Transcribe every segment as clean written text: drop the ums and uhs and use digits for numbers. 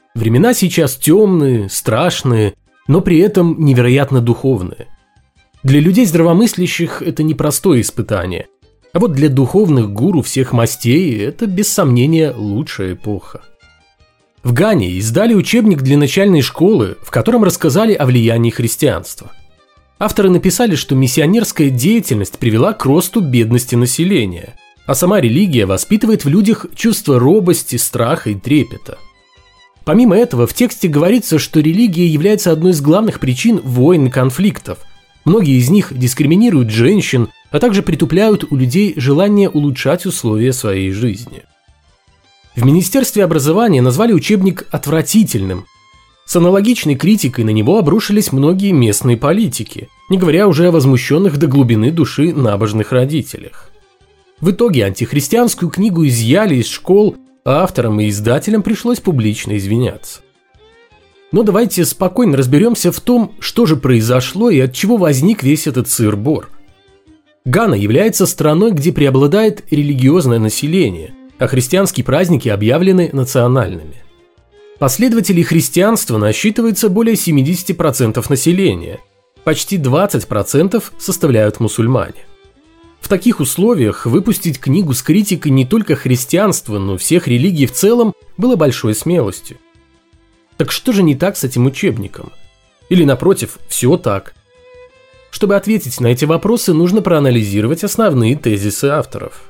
Времена сейчас темные, страшные, но при этом невероятно духовные. Для людей здравомыслящих это непростое испытание, а вот для духовных гуру всех мастей это, без сомнения, лучшая эпоха. В Гане издали учебник для начальной школы, в котором рассказали о влиянии христианства. Авторы написали, что миссионерская деятельность привела к росту бедности населения, а сама религия воспитывает в людях чувство робости, страха и трепета. Помимо этого, в тексте говорится, что религия является одной из главных причин войн и конфликтов. Многие из них дискриминируют женщин, а также притупляют у людей желание улучшать условия своей жизни. В Министерстве образования назвали учебник отвратительным. С аналогичной критикой на него обрушились многие местные политики, не говоря уже о возмущенных до глубины души набожных родителях. В итоге антихристианскую книгу изъяли из школ, а авторам и издателям пришлось публично извиняться. Но давайте спокойно разберемся в том, что же произошло и от чего возник весь этот сыр-бор. Гана является страной, где преобладает религиозное население, а христианские праздники объявлены национальными. Последователей христианства насчитывается более 70% населения, почти 20% составляют мусульмане. В таких условиях выпустить книгу с критикой не только христианства, но всех религий в целом было большой смелостью. Так что же не так с этим учебником? Или, напротив, все так? Чтобы ответить на эти вопросы, нужно проанализировать основные тезисы авторов.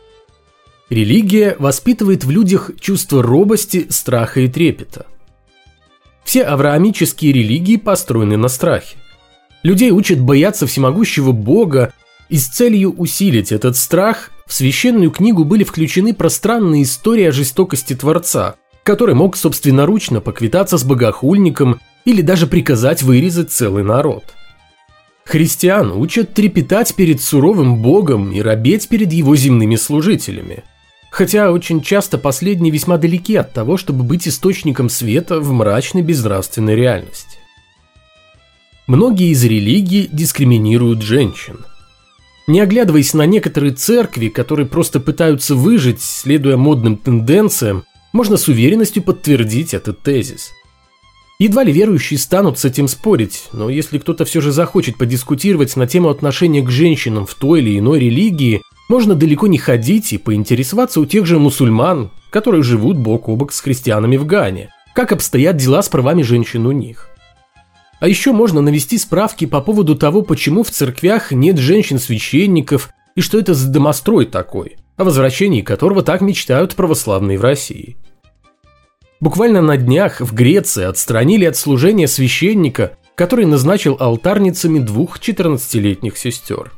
Религия воспитывает в людях чувство робости, страха и трепета. Все авраамические религии построены на страхе. Людей учат бояться всемогущего Бога, и с целью усилить этот страх в священную книгу были включены пространные истории о жестокости Творца, который мог собственноручно поквитаться с богохульником или даже приказать вырезать целый народ. Христиан учат трепетать перед суровым Богом и робеть перед его земными служителями. Хотя очень часто последние весьма далеки от того, чтобы быть источником света в мрачной безнравственной реальности. Многие из религий дискриминируют женщин. Не оглядываясь на некоторые церкви, которые просто пытаются выжить, следуя модным тенденциям, можно с уверенностью подтвердить этот тезис. Едва ли верующие станут с этим спорить, но если кто-то все же захочет подискутировать на тему отношения к женщинам в той или иной религии, можно далеко не ходить и поинтересоваться у тех же мусульман, которые живут бок о бок с христианами в Гане, как обстоят дела с правами женщин у них. А еще можно навести справки по поводу того, почему в церквях нет женщин-священников и что это за домострой такой, о возвращении которого так мечтают православные в России. Буквально на днях в Греции отстранили от служения священника, который назначил алтарницами 2 14-летних сестер.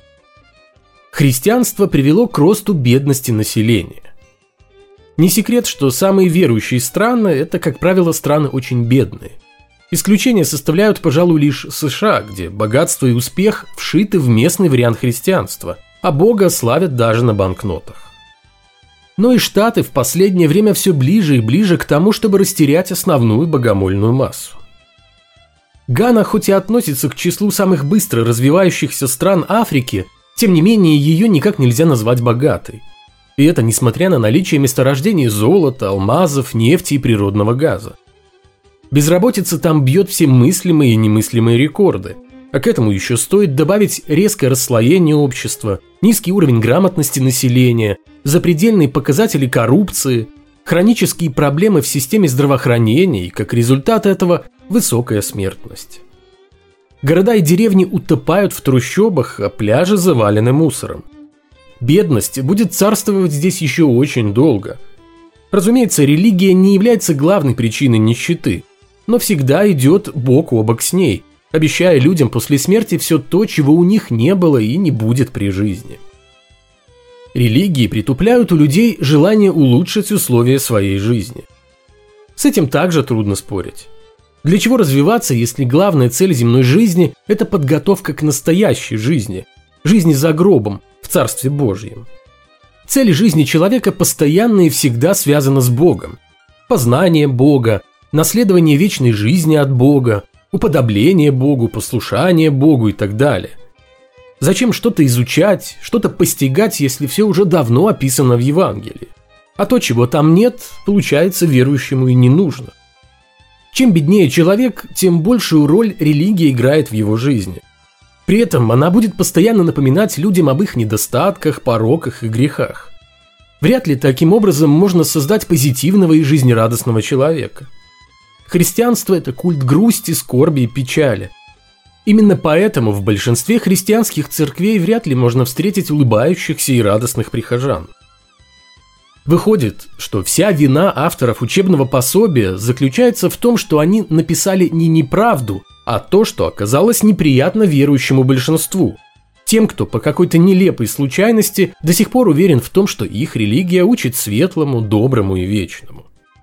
Христианство привело к росту бедности населения. Не секрет, что самые верующие страны – это, как правило, страны очень бедные. Исключения составляют, пожалуй, лишь США, где богатство и успех вшиты в местный вариант христианства, а Бога славят даже на банкнотах. Но и Штаты в последнее время все ближе и ближе к тому, чтобы растерять основную богомольную массу. Гана хоть и относится к числу самых быстро развивающихся стран Африки, тем не менее ее никак нельзя назвать богатой. И это несмотря на наличие месторождений золота, алмазов, нефти и природного газа. Безработица там бьет все мыслимые и немыслимые рекорды, а к этому еще стоит добавить резкое расслоение общества, низкий уровень грамотности населения, запредельные показатели коррупции, хронические проблемы в системе здравоохранения и, как результат этого, высокая смертность. Города и деревни утопают в трущобах, а пляжи завалены мусором. Бедность будет царствовать здесь еще очень долго. Разумеется, религия не является главной причиной нищеты, но всегда идет бок о бок с ней, обещая людям после смерти все то, чего у них не было и не будет при жизни. Религии притупляют у людей желание улучшить условия своей жизни. С этим также трудно спорить. Для чего развиваться, если главная цель земной жизни – это подготовка к настоящей жизни за гробом, в Царстве Божьем? Цель жизни человека постоянно и всегда связана с Богом. Познание Бога, наследование вечной жизни от Бога, уподобление Богу, послушание Богу и так далее. Зачем что-то изучать, что-то постигать, если все уже давно описано в Евангелии? А то, чего там нет, получается, верующему и не нужно. Чем беднее человек, тем большую роль религия играет в его жизни. При этом она будет постоянно напоминать людям об их недостатках, пороках и грехах. Вряд ли таким образом можно создать позитивного и жизнерадостного человека. Христианство – это культ грусти, скорби и печали. Именно поэтому в большинстве христианских церквей вряд ли можно встретить улыбающихся и радостных прихожан. Выходит, что вся вина авторов учебного пособия заключается в том, что они написали не неправду, а то, что оказалось неприятно верующему большинству. Тем, кто по какой-то нелепой случайности до сих пор уверен в том, что их религия учит светлому, доброму и вечному.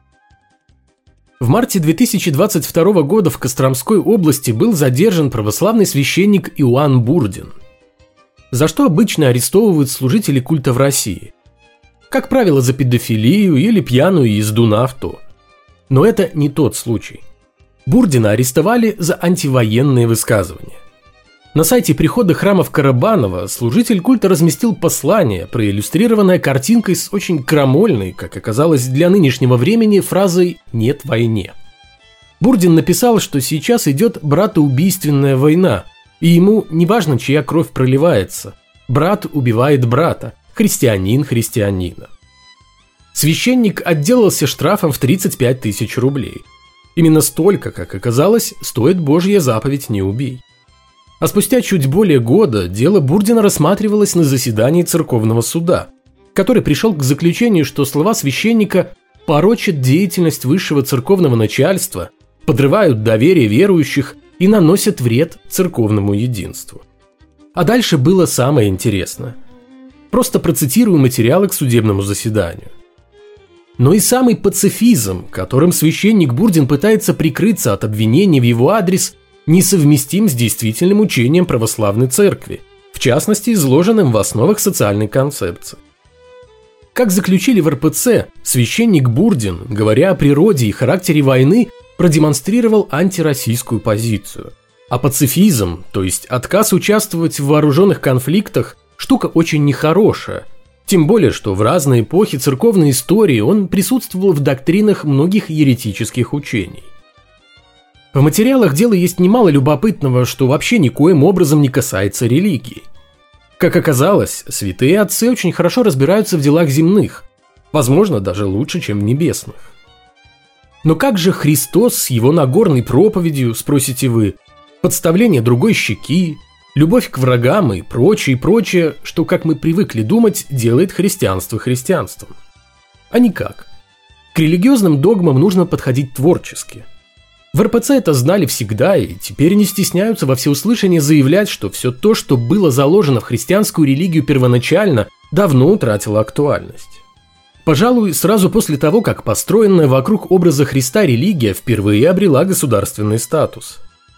В марте 2022 года в Костромской области был задержан православный священник Иоанн Бурдин. За что обычно арестовывают служителей культа в России? Как правило, за педофилию или пьяную езду на авто. Но это не тот случай. Бурдина арестовали за антивоенные высказывания. На сайте прихода храма в Карабаново служитель культа разместил послание, проиллюстрированное картинкой с очень крамольной, как оказалось для нынешнего времени, фразой «нет войне». Бурдин написал, что сейчас идет братоубийственная война, и ему не важно, чья кровь проливается. Брат убивает брата, христианин христианина. Священник отделался штрафом в 35 тысяч рублей. Именно столько, как оказалось, стоит Божья заповедь «не убей». А спустя чуть более года дело Бурдина рассматривалось на заседании церковного суда, который пришел к заключению, что слова священника порочат деятельность высшего церковного начальства, подрывают доверие верующих и наносят вред церковному единству. А дальше было самое интересное. Просто процитирую материалы к судебному заседанию. Но и самый пацифизм, которым священник Бурдин пытается прикрыться от обвинений в его адрес, несовместим с действительным учением православной церкви, в частности, изложенным в основах социальной концепции. Как заключили в РПЦ, священник Бурдин, говоря о природе и характере войны, продемонстрировал антироссийскую позицию. А пацифизм, то есть отказ участвовать в вооруженных конфликтах, штука очень нехорошая. Тем более, что в разные эпохи церковной истории он присутствовал в доктринах многих еретических учений. В материалах дела есть немало любопытного, что вообще никоим образом не касается религии. Как оказалось, святые отцы очень хорошо разбираются в делах земных, возможно, даже лучше, чем в небесных. Но как же Христос с его Нагорной проповедью, спросите вы, подставление другой щеки, любовь к врагам и прочее, что, как мы привыкли думать, делает христианство христианством? А никак. К религиозным догмам нужно подходить творчески. В РПЦ это знали всегда и теперь не стесняются во всеуслышание заявлять, что все то, что было заложено в христианскую религию первоначально, давно утратило актуальность. Пожалуй, сразу после того, как построенная вокруг образа Христа религия впервые обрела государственный статус.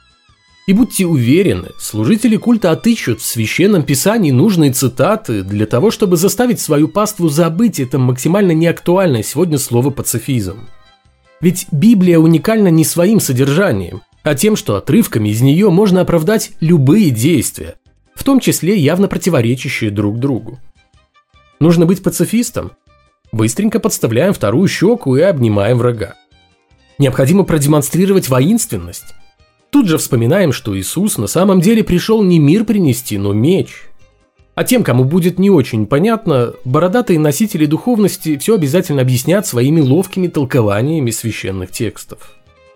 И будьте уверены, служители культа отыщут в Священном Писании нужные цитаты для того, чтобы заставить свою паству забыть это максимально неактуальное сегодня слово «пацифизм». Ведь Библия уникальна не своим содержанием, а тем, что отрывками из нее можно оправдать любые действия, в том числе явно противоречащие друг другу. Нужно быть пацифистом? Быстренько подставляем вторую щеку и обнимаем врага. Необходимо продемонстрировать воинственность? Тут же вспоминаем, что Иисус на самом деле пришел не мир принести, но меч. А тем, кому будет не очень понятно, бородатые носители духовности все обязательно объяснят своими ловкими толкованиями священных текстов.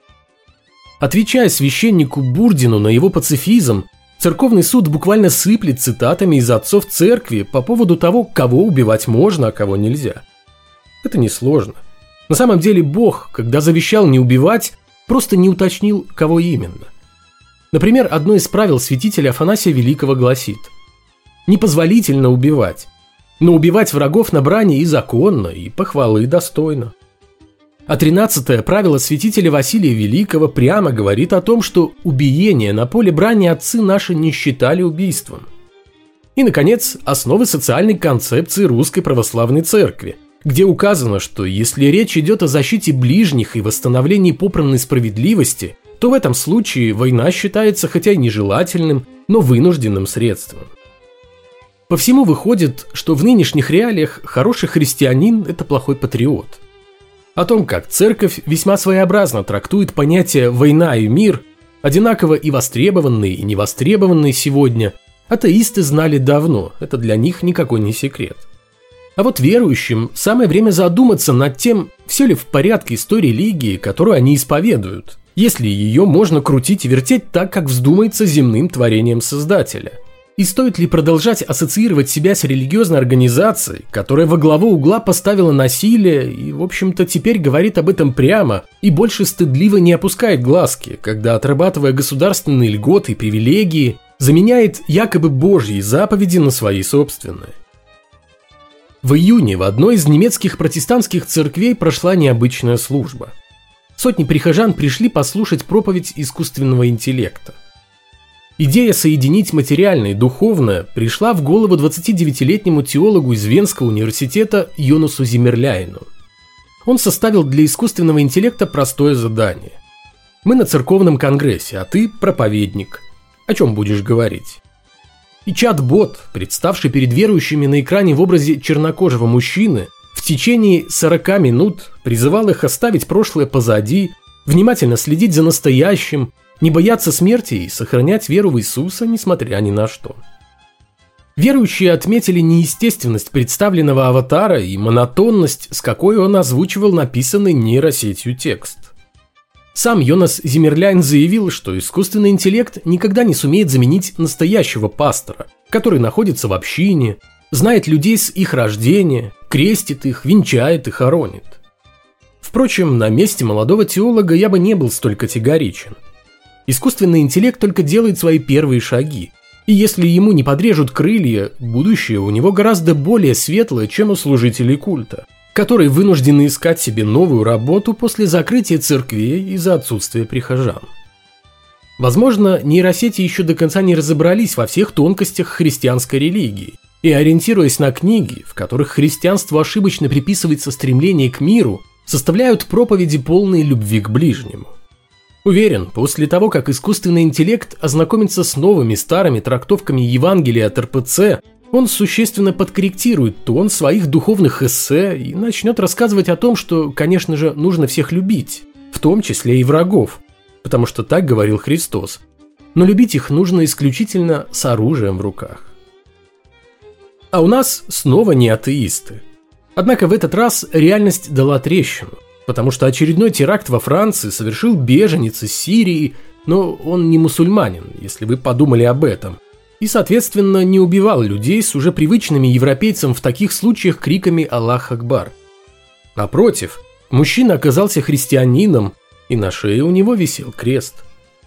Отвечая священнику Бурдину на его пацифизм, церковный суд буквально сыплет цитатами из отцов церкви по поводу того, кого убивать можно, а кого нельзя. Это несложно. На самом деле Бог, когда завещал не убивать, просто не уточнил, кого именно. Например, одно из правил святителя Афанасия Великого гласит: «Непозволительно убивать, но убивать врагов на брани и законно, и похвалы достойно». А 13-е правило святителя Василия Великого прямо говорит о том, что убиение на поле брани отцы наши не считали убийством. И, наконец, основы социальной концепции Русской Православной Церкви, где указано, что если речь идет о защите ближних и восстановлении попранной справедливости, то в этом случае война считается хотя и нежелательным, но вынужденным средством. По всему выходит, что в нынешних реалиях хороший христианин – это плохой патриот. о том, как церковь весьма своеобразно трактует понятия «война» и «мир», одинаково и востребованные, и невостребованные сегодня, атеисты знали давно, это для них никакой не секрет. А вот верующим самое время задуматься над тем, все ли в порядке с той религией, которую они исповедуют, если ее можно крутить и вертеть так, как вздумается земным творением Создателя. И стоит ли продолжать ассоциировать себя с религиозной организацией, которая во главу угла поставила насилие и, в общем-то, теперь говорит об этом прямо и больше стыдливо не опускает глазки, когда, отрабатывая государственные льготы и привилегии, заменяет якобы Божьи заповеди на свои собственные. В июне в одной из немецких протестантских церквей прошла необычная служба. Сотни прихожан пришли послушать проповедь искусственного интеллекта. Идея соединить материальное и духовное пришла в голову 29-летнему теологу из Венского университета Йонасу Зиммерляйну. Он составил для искусственного интеллекта простое задание. Мы на церковном конгрессе, а ты проповедник. О чем будешь говорить? И чат-бот, представший перед верующими на экране в образе чернокожего мужчины, в течение 40 минут призывал их оставить прошлое позади, внимательно следить за настоящим, не бояться смерти и сохранять веру в Иисуса, несмотря ни на что. Верующие отметили неестественность представленного аватара и монотонность, с какой он озвучивал написанный нейросетью текст. Сам Йонас Зиммерляйн заявил, что искусственный интеллект никогда не сумеет заменить настоящего пастора, который находится в общине, знает людей с их рождения, крестит их, венчает и хоронит. Впрочем, на месте молодого теолога я бы не был столь категоричен. Искусственный интеллект только делает свои первые шаги, и если ему не подрежут крылья, будущее у него гораздо более светлое, чем у служителей культа, которые вынуждены искать себе новую работу после закрытия церквей из-за отсутствия прихожан. Возможно, нейросети еще до конца не разобрались во всех тонкостях христианской религии, и, ориентируясь на книги, в которых христианству ошибочно приписывается стремление к миру, составляют проповеди, полные любви к ближнему. Уверен, после того, как искусственный интеллект ознакомится с новыми старыми трактовками Евангелия от РПЦ, он существенно подкорректирует тон своих духовных эссе и начнет рассказывать о том, что, конечно же, нужно всех любить, в том числе и врагов, потому что так говорил Христос, но любить их нужно исключительно с оружием в руках. А у нас снова не атеисты. Однако в этот раз реальность дала трещину, потому что очередной теракт во Франции совершил беженец из Сирии, но он не мусульманин, если вы подумали об этом, и, соответственно, не убивал людей с уже привычными европейцам в таких случаях криками «Аллах Акбар». Напротив, мужчина оказался христианином, и на шее у него висел крест.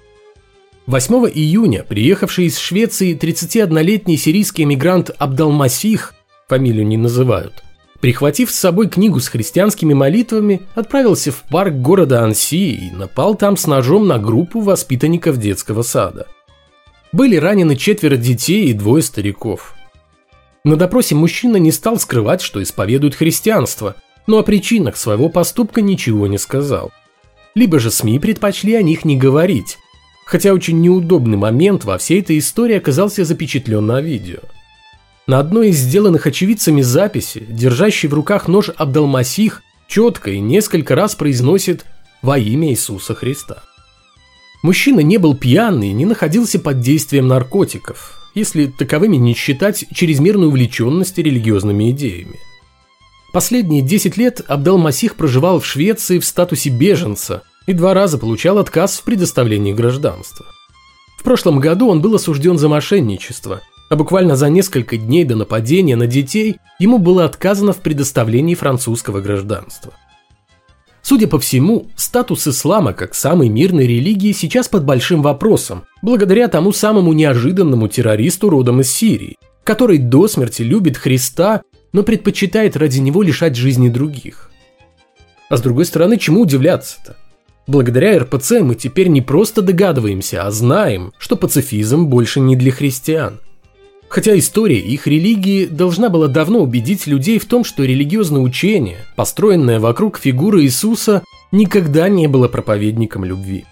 8 июня приехавший из Швеции 31-летний сирийский эмигрант Абдалмасих, фамилию не называют, прихватив с собой книгу с христианскими молитвами, отправился в парк города Анси и напал там с ножом на группу воспитанников детского сада. Были ранены 4 детей и 2 стариков. На допросе мужчина не стал скрывать, что исповедует христианство, но о причинах своего поступка ничего не сказал. Либо же СМИ предпочли о них не говорить, хотя очень неудобный момент во всей этой истории оказался запечатлен на видео. На одной из сделанных очевидцами записи, держащий в руках нож Абдалмасих, четко и несколько раз произносит «Во имя Иисуса Христа». Мужчина не был пьян и не находился под действием наркотиков, если таковыми не считать чрезмерную увлеченность религиозными идеями. Последние 10 лет Абдалмасих проживал в Швеции в статусе беженца и 2 раза получал отказ в предоставлении гражданства. В прошлом году он был осужден за мошенничество, а буквально за несколько дней до нападения на детей ему было отказано в предоставлении французского гражданства. Судя по всему, статус ислама как самой мирной религии сейчас под большим вопросом, благодаря тому самому неожиданному террористу родом из Сирии, который до смерти любит Христа, но предпочитает ради него лишать жизни других. А с другой стороны, чему удивляться-то? Благодаря РПЦ мы теперь не просто догадываемся, а знаем, что пацифизм больше не для христиан. Хотя история их религии должна была давно убедить людей в том, что религиозное учение, построенное вокруг фигуры Иисуса, никогда не было проповедником любви.